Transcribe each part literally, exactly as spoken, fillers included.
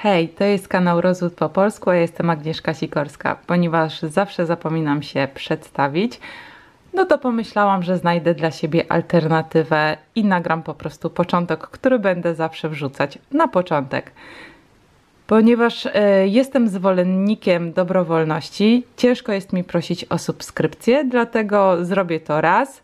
Hej, to jest kanał Rozwód po polsku, a ja jestem Agnieszka Sikorska. Ponieważ zawsze zapominam się przedstawić, no to pomyślałam, że znajdę dla siebie alternatywę i nagram po prostu początek, który będę zawsze wrzucać na początek. Ponieważ y, jestem zwolennikiem dobrowolności, ciężko jest mi prosić o subskrypcję, dlatego zrobię to raz.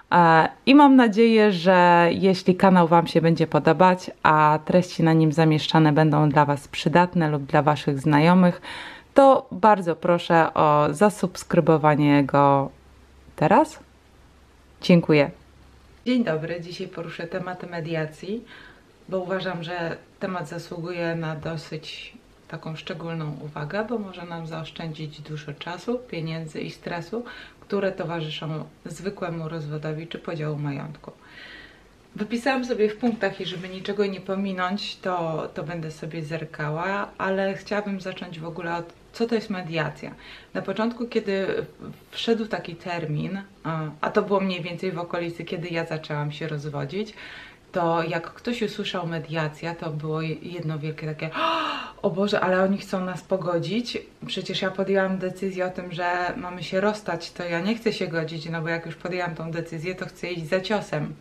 I mam nadzieję, że jeśli kanał Wam się będzie podobać, a treści na nim zamieszczane będą dla Was przydatne lub dla Waszych znajomych, to bardzo proszę o zasubskrybowanie go teraz. Dziękuję. Dzień dobry, dzisiaj poruszę temat mediacji, bo uważam, że temat zasługuje na dosyć taką szczególną uwagę, bo może nam zaoszczędzić dużo czasu, pieniędzy i stresu, które towarzyszą zwykłemu rozwodowi czy podziału majątku. Wypisałam sobie w punktach i żeby niczego nie pominąć, to, to będę sobie zerkała, ale chciałabym zacząć w ogóle od co to jest mediacja. Na początku, kiedy wszedł taki termin, a to było mniej więcej w okolicy, kiedy ja zaczęłam się rozwodzić, to jak ktoś usłyszał mediacja, to było jedno wielkie takie: o Boże, ale oni chcą nas pogodzić. Przecież ja podjęłam decyzję o tym, że mamy się rozstać, to ja nie chcę się godzić, no bo jak już podjęłam tą decyzję, to chcę iść za ciosem.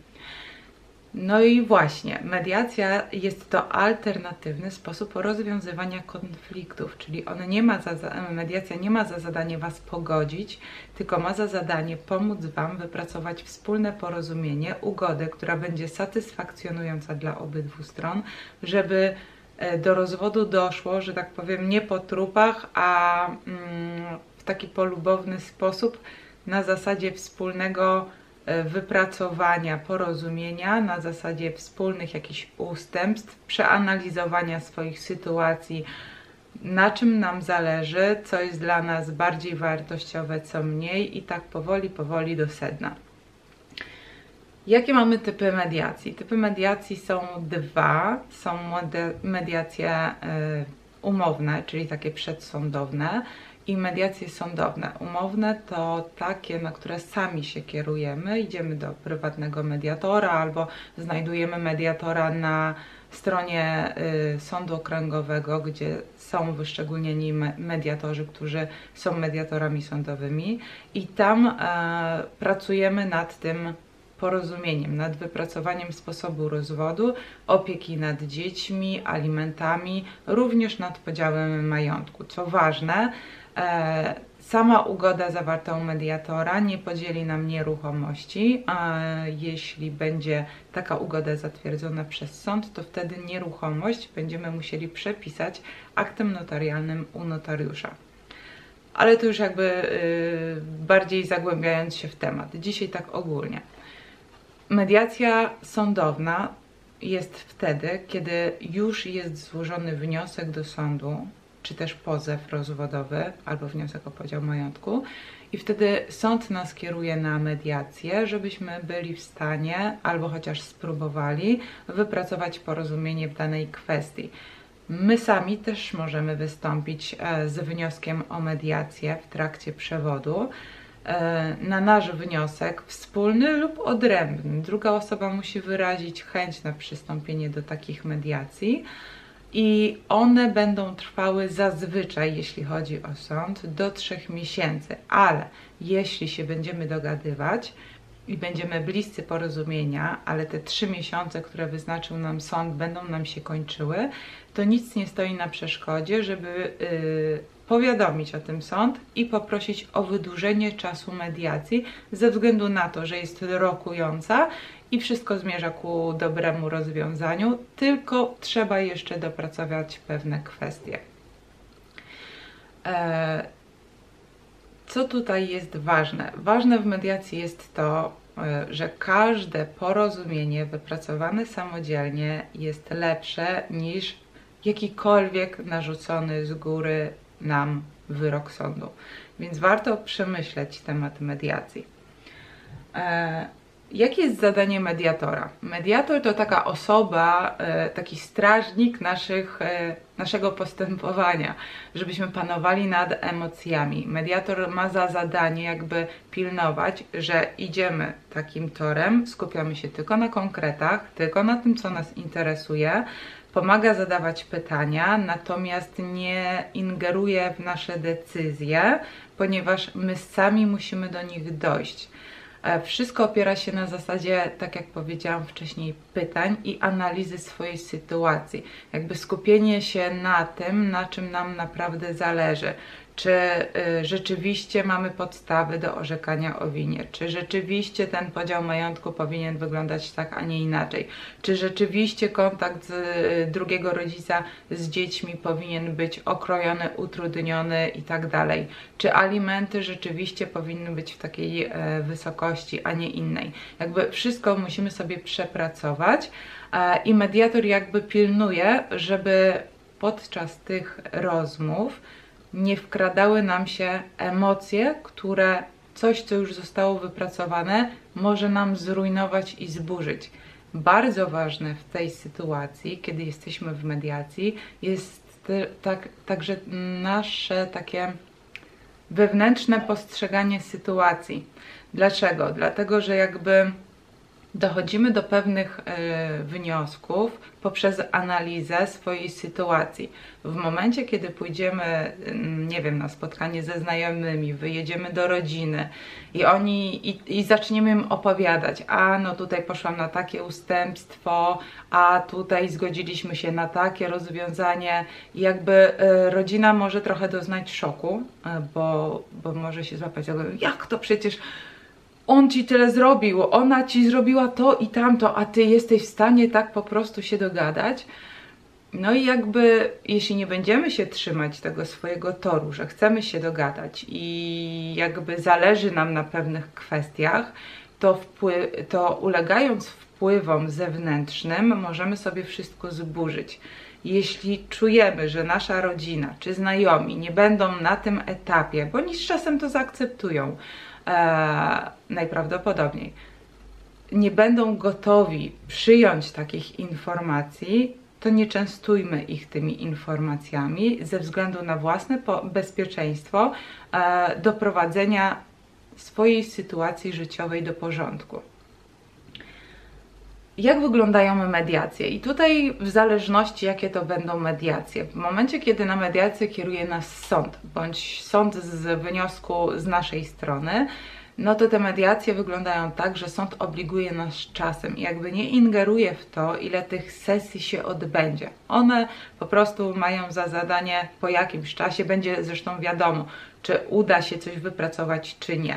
No i właśnie, mediacja jest to alternatywny sposób rozwiązywania konfliktów, czyli on nie ma za, mediacja nie ma za zadanie Was pogodzić, tylko ma za zadanie pomóc Wam wypracować wspólne porozumienie, ugodę, która będzie satysfakcjonująca dla obydwu stron, żeby do rozwodu doszło, że tak powiem, nie po trupach, a mm, w taki polubowny sposób, na zasadzie wspólnego wypracowania porozumienia, na zasadzie wspólnych jakichś ustępstw, przeanalizowania swoich sytuacji, na czym nam zależy, co jest dla nas bardziej wartościowe, co mniej, i tak powoli, powoli do sedna. Jakie mamy typy mediacji? Typy mediacji są dwa. Są mediacje umowne, czyli takie przedsądowne, i mediacje sądowne. Umowne to takie, na które sami się kierujemy, idziemy do prywatnego mediatora albo znajdujemy mediatora na stronie y, sądu okręgowego, gdzie są wyszczególnieni mediatorzy, którzy są mediatorami sądowymi, i tam y, pracujemy nad tym porozumieniem, nad wypracowaniem sposobu rozwodu, opieki nad dziećmi, alimentami, również nad podziałem majątku. Co ważne, e, sama ugoda zawarta u mediatora nie podzieli nam nieruchomości. E, jeśli będzie taka ugoda zatwierdzona przez sąd, to wtedy nieruchomość będziemy musieli przepisać aktem notarialnym u notariusza. Ale to już jakby y, bardziej zagłębiając się w temat. Dzisiaj tak ogólnie. Mediacja sądowna jest wtedy, kiedy już jest złożony wniosek do sądu, czy też pozew rozwodowy, albo wniosek o podział majątku, i wtedy sąd nas kieruje na mediację, żebyśmy byli w stanie, albo chociaż spróbowali, wypracować porozumienie w danej kwestii. My sami też możemy wystąpić z wnioskiem o mediację w trakcie przewodu, na nasz wniosek wspólny lub odrębny. Druga osoba musi wyrazić chęć na przystąpienie do takich mediacji i one będą trwały zazwyczaj, jeśli chodzi o sąd, do trzech miesięcy, ale jeśli się będziemy dogadywać i będziemy bliscy porozumienia, ale te trzy miesiące, które wyznaczył nam sąd, będą nam się kończyły, to nic nie stoi na przeszkodzie, żeby yy, powiadomić o tym sąd i poprosić o wydłużenie czasu mediacji ze względu na to, że jest rokująca i wszystko zmierza ku dobremu rozwiązaniu, tylko trzeba jeszcze dopracować pewne kwestie. E, co tutaj jest ważne? Ważne w mediacji jest to, że każde porozumienie wypracowane samodzielnie jest lepsze niż jakikolwiek narzucony z góry nam wyrok sądu. Więc warto przemyśleć temat mediacji. E, jakie jest zadanie mediatora? Mediator to taka osoba, e, taki strażnik naszych, e, naszego postępowania, żebyśmy panowali nad emocjami. Mediator ma za zadanie jakby pilnować, że idziemy takim torem, skupiamy się tylko na konkretach, tylko na tym, co nas interesuje, pomaga zadawać pytania, natomiast nie ingeruje w nasze decyzje, ponieważ my sami musimy do nich dojść. Wszystko opiera się na zasadzie, tak jak powiedziałam wcześniej, pytań i analizy swojej sytuacji. Jakby skupienie się na tym, na czym nam naprawdę zależy. Czy y, rzeczywiście mamy podstawy do orzekania o winie? Czy rzeczywiście ten podział majątku powinien wyglądać tak, a nie inaczej? Czy rzeczywiście kontakt z, y, drugiego rodzica z dziećmi powinien być okrojony, utrudniony i tak dalej? Czy alimenty rzeczywiście powinny być w takiej y, wysokości, a nie innej? Jakby wszystko musimy sobie przepracować y, i mediator jakby pilnuje, żeby podczas tych rozmów nie wkradały nam się emocje, które coś, co już zostało wypracowane, może nam zrujnować i zburzyć. Bardzo ważne w tej sytuacji, kiedy jesteśmy w mediacji, jest tak, także nasze takie wewnętrzne postrzeganie sytuacji. Dlaczego? Dlatego, że jakby dochodzimy do pewnych y, wniosków poprzez analizę swojej sytuacji. W momencie, kiedy pójdziemy, y, nie wiem, na spotkanie ze znajomymi, wyjedziemy do rodziny i oni i, i zaczniemy im opowiadać, a no tutaj poszłam na takie ustępstwo, a tutaj zgodziliśmy się na takie rozwiązanie, i jakby y, rodzina może trochę doznać szoku, y, bo, bo może się złapać, jak to przecież on ci tyle zrobił, ona ci zrobiła to i tamto, a ty jesteś w stanie tak po prostu się dogadać. No i jakby, jeśli nie będziemy się trzymać tego swojego toru, że chcemy się dogadać i jakby zależy nam na pewnych kwestiach, to, wpływ, to ulegając wpływom zewnętrznym możemy sobie wszystko zburzyć. Jeśli czujemy, że nasza rodzina czy znajomi nie będą na tym etapie, bo oni z czasem to zaakceptują, e, najprawdopodobniej, nie będą gotowi przyjąć takich informacji, to nie częstujmy ich tymi informacjami ze względu na własne bezpieczeństwo, e, doprowadzenia swojej sytuacji życiowej do porządku. Jak wyglądają mediacje? I tutaj w zależności jakie to będą mediacje. W momencie, kiedy na mediację kieruje nas sąd, bądź sąd z wniosku z naszej strony, no to te mediacje wyglądają tak, że sąd obliguje nas czasem i jakby nie ingeruje w to, ile tych sesji się odbędzie. One po prostu mają za zadanie po jakimś czasie, będzie zresztą wiadomo, czy uda się coś wypracować, czy nie.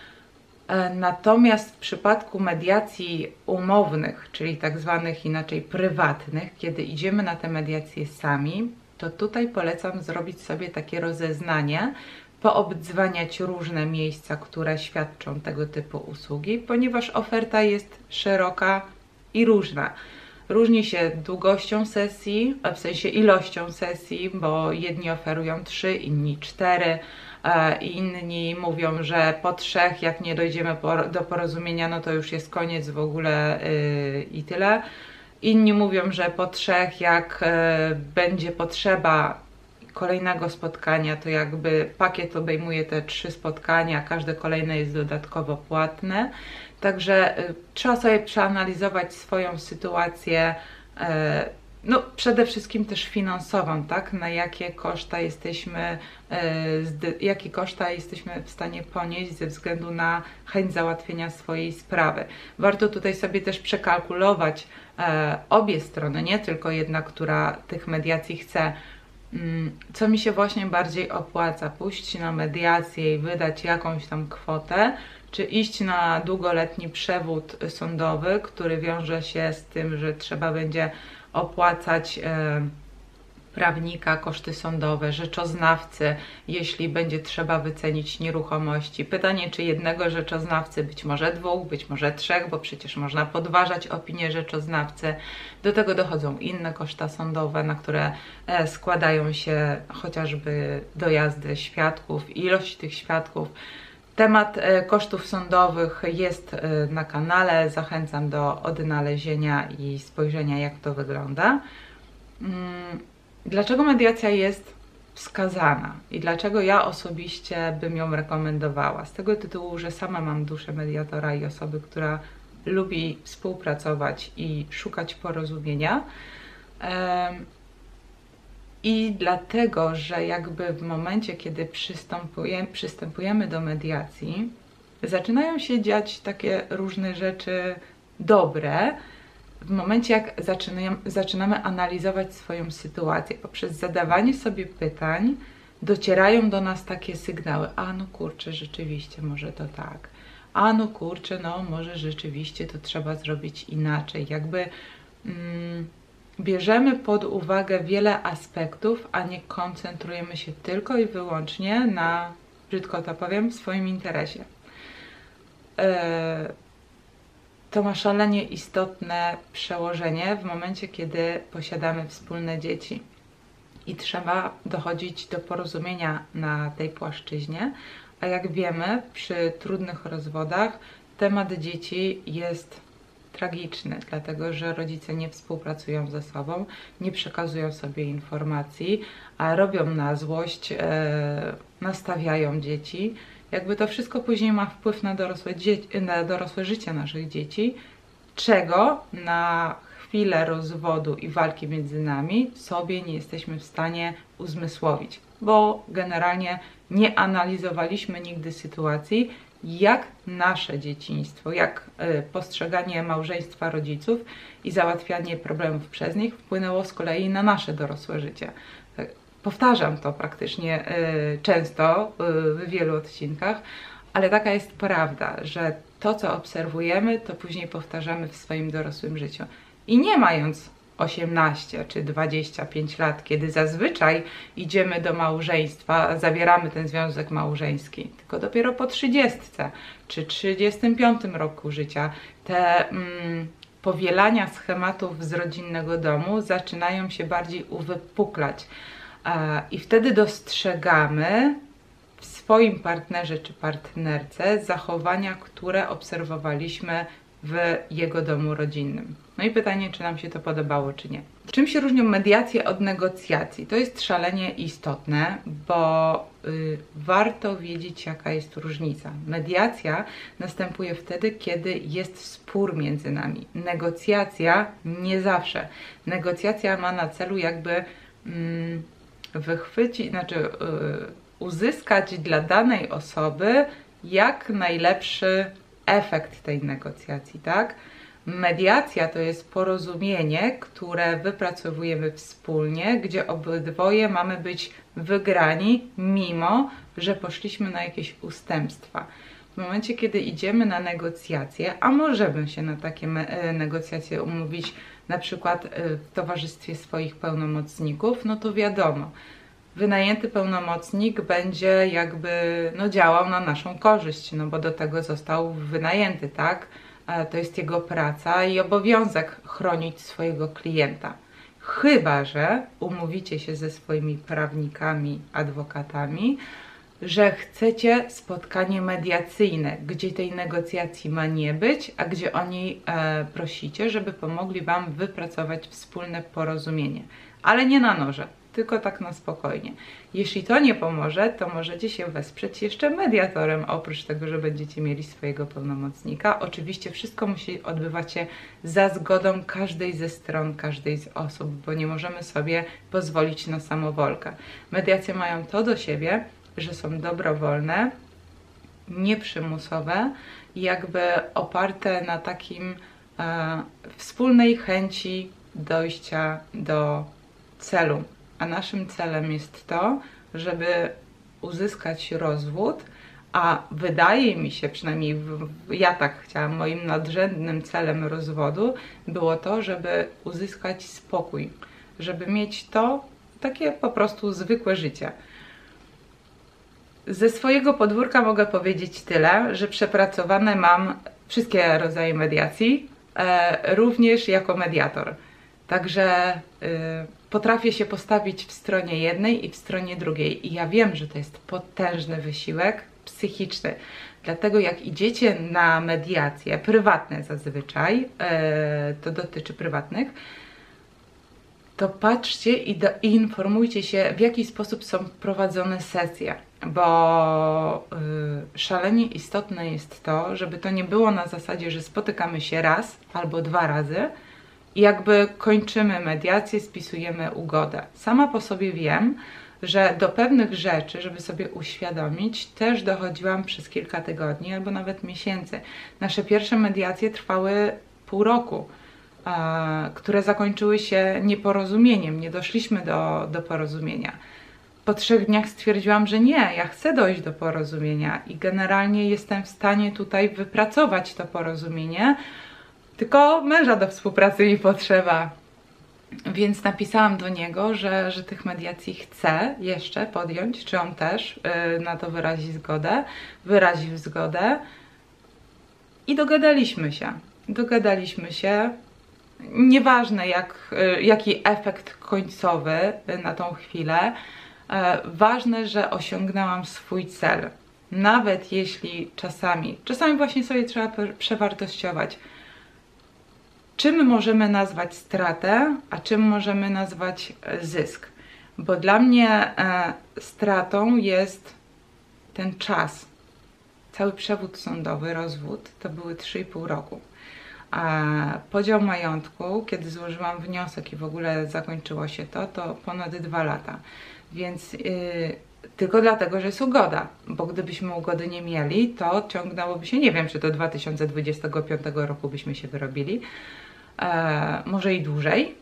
Natomiast w przypadku mediacji umownych, czyli tak zwanych inaczej prywatnych, kiedy idziemy na te mediacje sami, to tutaj polecam zrobić sobie takie rozeznanie, poobdzwaniać różne miejsca, które świadczą tego typu usługi, ponieważ oferta jest szeroka i różna. Różni się długością sesji, w sensie ilością sesji, bo jedni oferują trzy, inni cztery, inni mówią, że po trzech, jak nie dojdziemy do porozumienia, no to już jest koniec w ogóle yy, i tyle. Inni mówią, że po trzech, jak yy, będzie potrzeba kolejnego spotkania, to jakby pakiet obejmuje te trzy spotkania, każde kolejne jest dodatkowo płatne. Także y, trzeba sobie przeanalizować swoją sytuację, y, no przede wszystkim też finansową, tak? Na jakie koszta jesteśmy, y, jakie koszta jesteśmy w stanie ponieść ze względu na chęć załatwienia swojej sprawy. Warto tutaj sobie też przekalkulować y, obie strony, nie tylko jedna, która tych mediacji chce. Co mi się właśnie bardziej opłaca, pójść na mediację i wydać jakąś tam kwotę, czy iść na długoletni przewód sądowy, który wiąże się z tym, że trzeba będzie opłacać e, prawnika, koszty sądowe, rzeczoznawcy, jeśli będzie trzeba wycenić nieruchomości. Pytanie, czy jednego rzeczoznawcy, być może dwóch, być może trzech, bo przecież można podważać opinię rzeczoznawcy. Do tego dochodzą inne koszta sądowe, na które składają się chociażby dojazdy świadków, ilość tych świadków. Temat kosztów sądowych jest na kanale, zachęcam do odnalezienia i spojrzenia, jak to wygląda. Dlaczego mediacja jest wskazana i dlaczego ja osobiście bym ją rekomendowała? Z tego tytułu, że sama mam duszę mediatora i osoby, która lubi współpracować i szukać porozumienia. I dlatego, że jakby w momencie, kiedy przystępujemy, przystępujemy do mediacji, zaczynają się dziać takie różne rzeczy dobre, w momencie jak zaczynamy, zaczynamy analizować swoją sytuację, poprzez zadawanie sobie pytań, docierają do nas takie sygnały, a no kurczę, rzeczywiście może to tak, a no kurczę, no może rzeczywiście to trzeba zrobić inaczej, jakby mm, bierzemy pod uwagę wiele aspektów, a nie koncentrujemy się tylko i wyłącznie na, brzydko to powiem, swoim interesie. Yy, To ma szalenie istotne przełożenie w momencie, kiedy posiadamy wspólne dzieci i trzeba dochodzić do porozumienia na tej płaszczyźnie, a jak wiemy, przy trudnych rozwodach temat dzieci jest tragiczny, dlatego że rodzice nie współpracują ze sobą, nie przekazują sobie informacji, a robią na złość, e, nastawiają dzieci. Jakby to wszystko później ma wpływ na dorosłe, na dorosłe życie naszych dzieci, czego na chwilę rozwodu i walki między nami sobie nie jesteśmy w stanie uzmysłowić, bo generalnie nie analizowaliśmy nigdy sytuacji, jak nasze dzieciństwo, jak postrzeganie małżeństwa rodziców i załatwianie problemów przez nich wpłynęło z kolei na nasze dorosłe życie. Powtarzam to praktycznie y, często y, w wielu odcinkach, ale taka jest prawda, że to, co obserwujemy, to później powtarzamy w swoim dorosłym życiu. I nie mając osiemnaście czy dwadzieścia pięć lat, kiedy zazwyczaj idziemy do małżeństwa, zawieramy ten związek małżeński, tylko dopiero po trzydziestce czy trzydziestym piątym roku życia te mm, powielania schematów z rodzinnego domu zaczynają się bardziej uwypuklać. I wtedy dostrzegamy w swoim partnerze czy partnerce zachowania, które obserwowaliśmy w jego domu rodzinnym. No i pytanie, czy nam się to podobało, czy nie. Czym się różnią mediacje od negocjacji? To jest szalenie istotne, bo y, warto wiedzieć, jaka jest różnica. Mediacja następuje wtedy, kiedy jest spór między nami. Negocjacja nie zawsze. Negocjacja ma na celu jakby mm, wychwycić, znaczy yy, uzyskać dla danej osoby jak najlepszy efekt tej negocjacji, tak? Mediacja to jest porozumienie, które wypracowujemy wspólnie, gdzie obydwoje mamy być wygrani, mimo że poszliśmy na jakieś ustępstwa. W momencie, kiedy idziemy na negocjacje, a możemy się na takie negocjacje umówić na przykład w towarzystwie swoich pełnomocników, no to wiadomo, wynajęty pełnomocnik będzie jakby no, działał na naszą korzyść, no bo do tego został wynajęty, tak? To jest jego praca i obowiązek chronić swojego klienta. Chyba że umówicie się ze swoimi prawnikami, adwokatami, że chcecie spotkanie mediacyjne, gdzie tej negocjacji ma nie być, a gdzie oni e, prosicie, żeby pomogli Wam wypracować wspólne porozumienie. Ale nie na noże, tylko tak na spokojnie. Jeśli to nie pomoże, to możecie się wesprzeć jeszcze mediatorem, oprócz tego, że będziecie mieli swojego pełnomocnika. Oczywiście wszystko musi odbywać się za zgodą każdej ze stron, każdej z osób, bo nie możemy sobie pozwolić na samowolkę. Mediacje mają to do siebie, że są dobrowolne, nieprzymusowe i jakby oparte na takim e, wspólnej chęci dojścia do celu. A naszym celem jest to, żeby uzyskać rozwód, a wydaje mi się, przynajmniej w, ja tak chciałam, moim nadrzędnym celem rozwodu było to, żeby uzyskać spokój, żeby mieć to takie po prostu zwykłe życie. Ze swojego podwórka mogę powiedzieć tyle, że przepracowane mam wszystkie rodzaje mediacji, e, również jako mediator. Także e, potrafię się postawić w stronie jednej i w stronie drugiej. I ja wiem, że to jest potężny wysiłek psychiczny. Dlatego jak idziecie na mediacje prywatne zazwyczaj, e, to dotyczy prywatnych, to patrzcie i, do, i informujcie się, w jaki sposób są prowadzone sesje, bo y, szalenie istotne jest to, żeby to nie było na zasadzie, że spotykamy się raz albo dwa razy i jakby kończymy mediację, spisujemy ugodę. Sama po sobie wiem, że do pewnych rzeczy, żeby sobie uświadomić, też dochodziłam przez kilka tygodni albo nawet miesięcy. Nasze pierwsze mediacje trwały pół roku, e, które zakończyły się nieporozumieniem, nie doszliśmy do, do porozumienia. Po trzech dniach stwierdziłam, że nie, ja chcę dojść do porozumienia i generalnie jestem w stanie tutaj wypracować to porozumienie, tylko męża do współpracy mi potrzeba. Więc napisałam do niego, że, że tych mediacji chcę jeszcze podjąć, czy on też yy, na to wyrazi zgodę, wyraził zgodę i dogadaliśmy się. Dogadaliśmy się. Nieważne jak, yy, jaki efekt końcowy yy, na tą chwilę, yy, ważne, że osiągnęłam swój cel. Nawet jeśli czasami, czasami właśnie sobie trzeba przewartościować, czym możemy nazwać stratę, a czym możemy nazwać zysk. Bo dla mnie e, stratą jest ten czas. Cały przewód sądowy, rozwód, to były trzy i pół roku. A podział majątku, kiedy złożyłam wniosek i w ogóle zakończyło się to, to ponad dwa lata. Więc yy, tylko dlatego, że jest ugoda, bo gdybyśmy ugody nie mieli, to ciągnęłoby się, nie wiem, czy do dwa tysiące dwudziestego piątego roku byśmy się wyrobili, e, może i dłużej.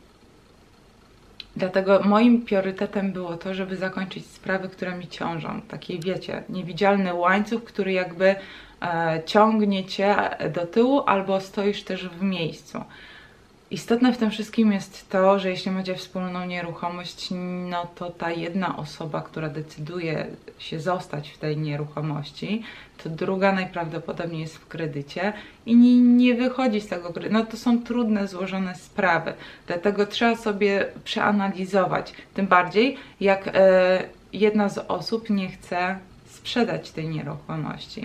Dlatego moim priorytetem było to, żeby zakończyć sprawy, które mi ciążą. Taki, wiecie, niewidzialny łańcuch, który jakby e, ciągnie cię do tyłu albo stoisz też w miejscu. Istotne w tym wszystkim jest to, że jeśli macie wspólną nieruchomość, no to ta jedna osoba, która decyduje się zostać w tej nieruchomości, to druga najprawdopodobniej jest w kredycie i nie, nie wychodzi z tego kredytu. No to są trudne, złożone sprawy, dlatego trzeba sobie przeanalizować. Tym bardziej, jak e, jedna z osób nie chce sprzedać tej nieruchomości.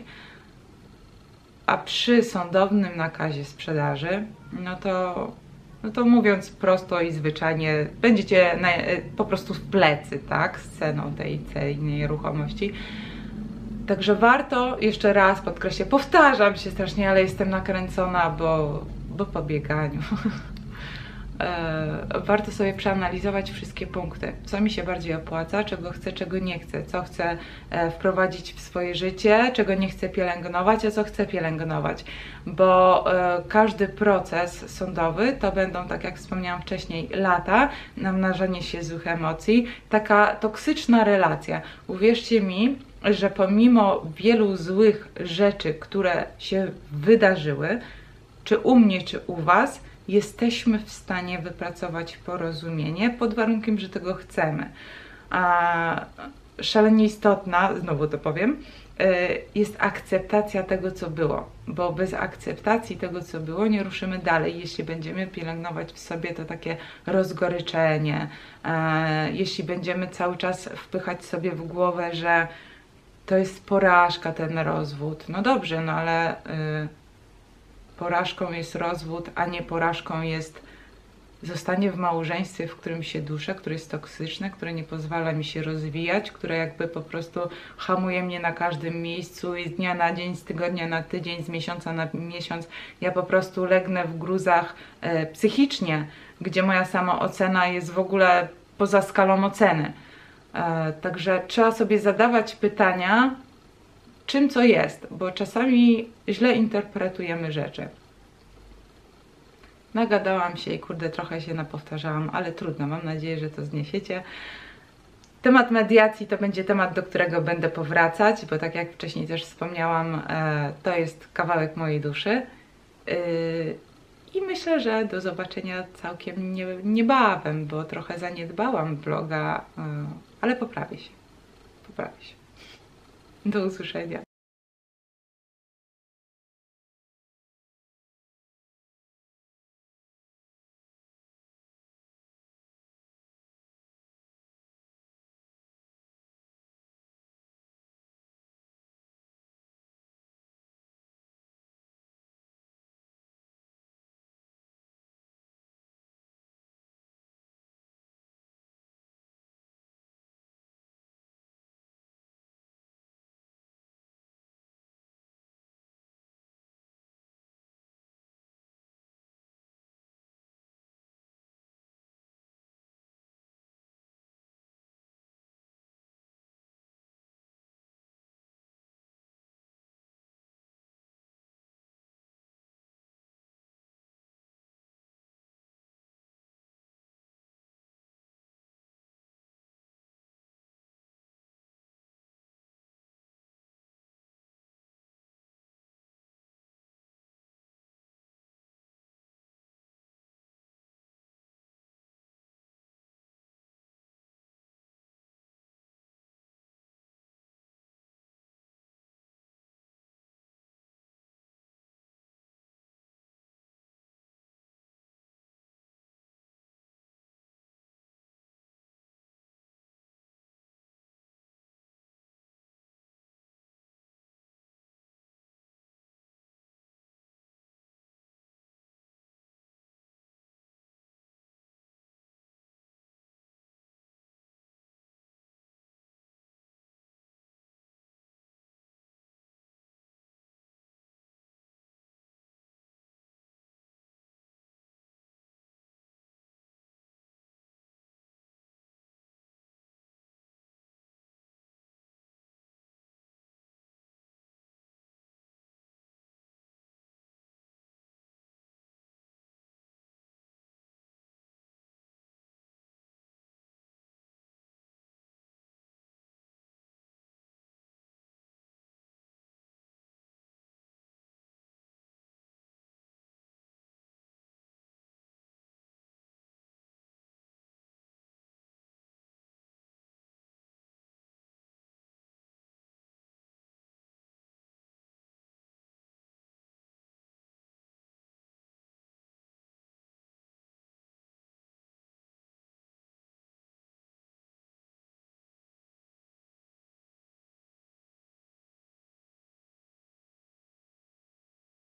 A przy sądownym nakazie sprzedaży, no to no to mówiąc prosto i zwyczajnie, będziecie na, po prostu w plecy, tak, z ceną tej, tej nieruchomości. Także warto, jeszcze raz podkreślę, powtarzam się strasznie, ale jestem nakręcona, bo, bo po bieganiu. e, warto sobie przeanalizować wszystkie punkty, co mi się bardziej opłaca, czego chcę, czego nie chcę, co chcę e, wprowadzić w swoje życie, czego nie chcę pielęgnować, a co chcę pielęgnować, bo e, każdy proces sądowy to będą, tak jak wspomniałam wcześniej, lata, namnażanie się złych emocji, taka toksyczna relacja. Uwierzcie mi, że pomimo wielu złych rzeczy, które się wydarzyły, czy u mnie, czy u Was, jesteśmy w stanie wypracować porozumienie pod warunkiem, że tego chcemy. A szalenie istotna, znowu to powiem, jest akceptacja tego, co było, bo bez akceptacji tego, co było, nie ruszymy dalej, jeśli będziemy pielęgnować w sobie to takie rozgoryczenie, jeśli będziemy cały czas wpychać sobie w głowę, że to jest porażka ten rozwód. No dobrze, no ale porażką jest rozwód, a nie porażką jest zostanie w małżeństwie, w którym się duszę, które jest toksyczne, które nie pozwala mi się rozwijać, które jakby po prostu hamuje mnie na każdym miejscu i z dnia na dzień, z tygodnia na tydzień, z miesiąca na miesiąc. Ja po prostu legnę w gruzach e, psychicznie, gdzie moja samoocena jest w ogóle poza skalą oceny. E, także trzeba sobie zadawać pytania, czym co jest, bo czasami źle interpretujemy rzeczy. Nagadałam się i kurde, trochę się napowtarzałam, ale trudno, mam nadzieję, że to zniesiecie. Temat mediacji to będzie temat, do którego będę powracać, bo tak jak wcześniej też wspomniałam, to jest kawałek mojej duszy. I myślę, że do zobaczenia całkiem nie, niebawem, bo trochę zaniedbałam vloga, ale poprawię się. Poprawię się. Do usłyszenia.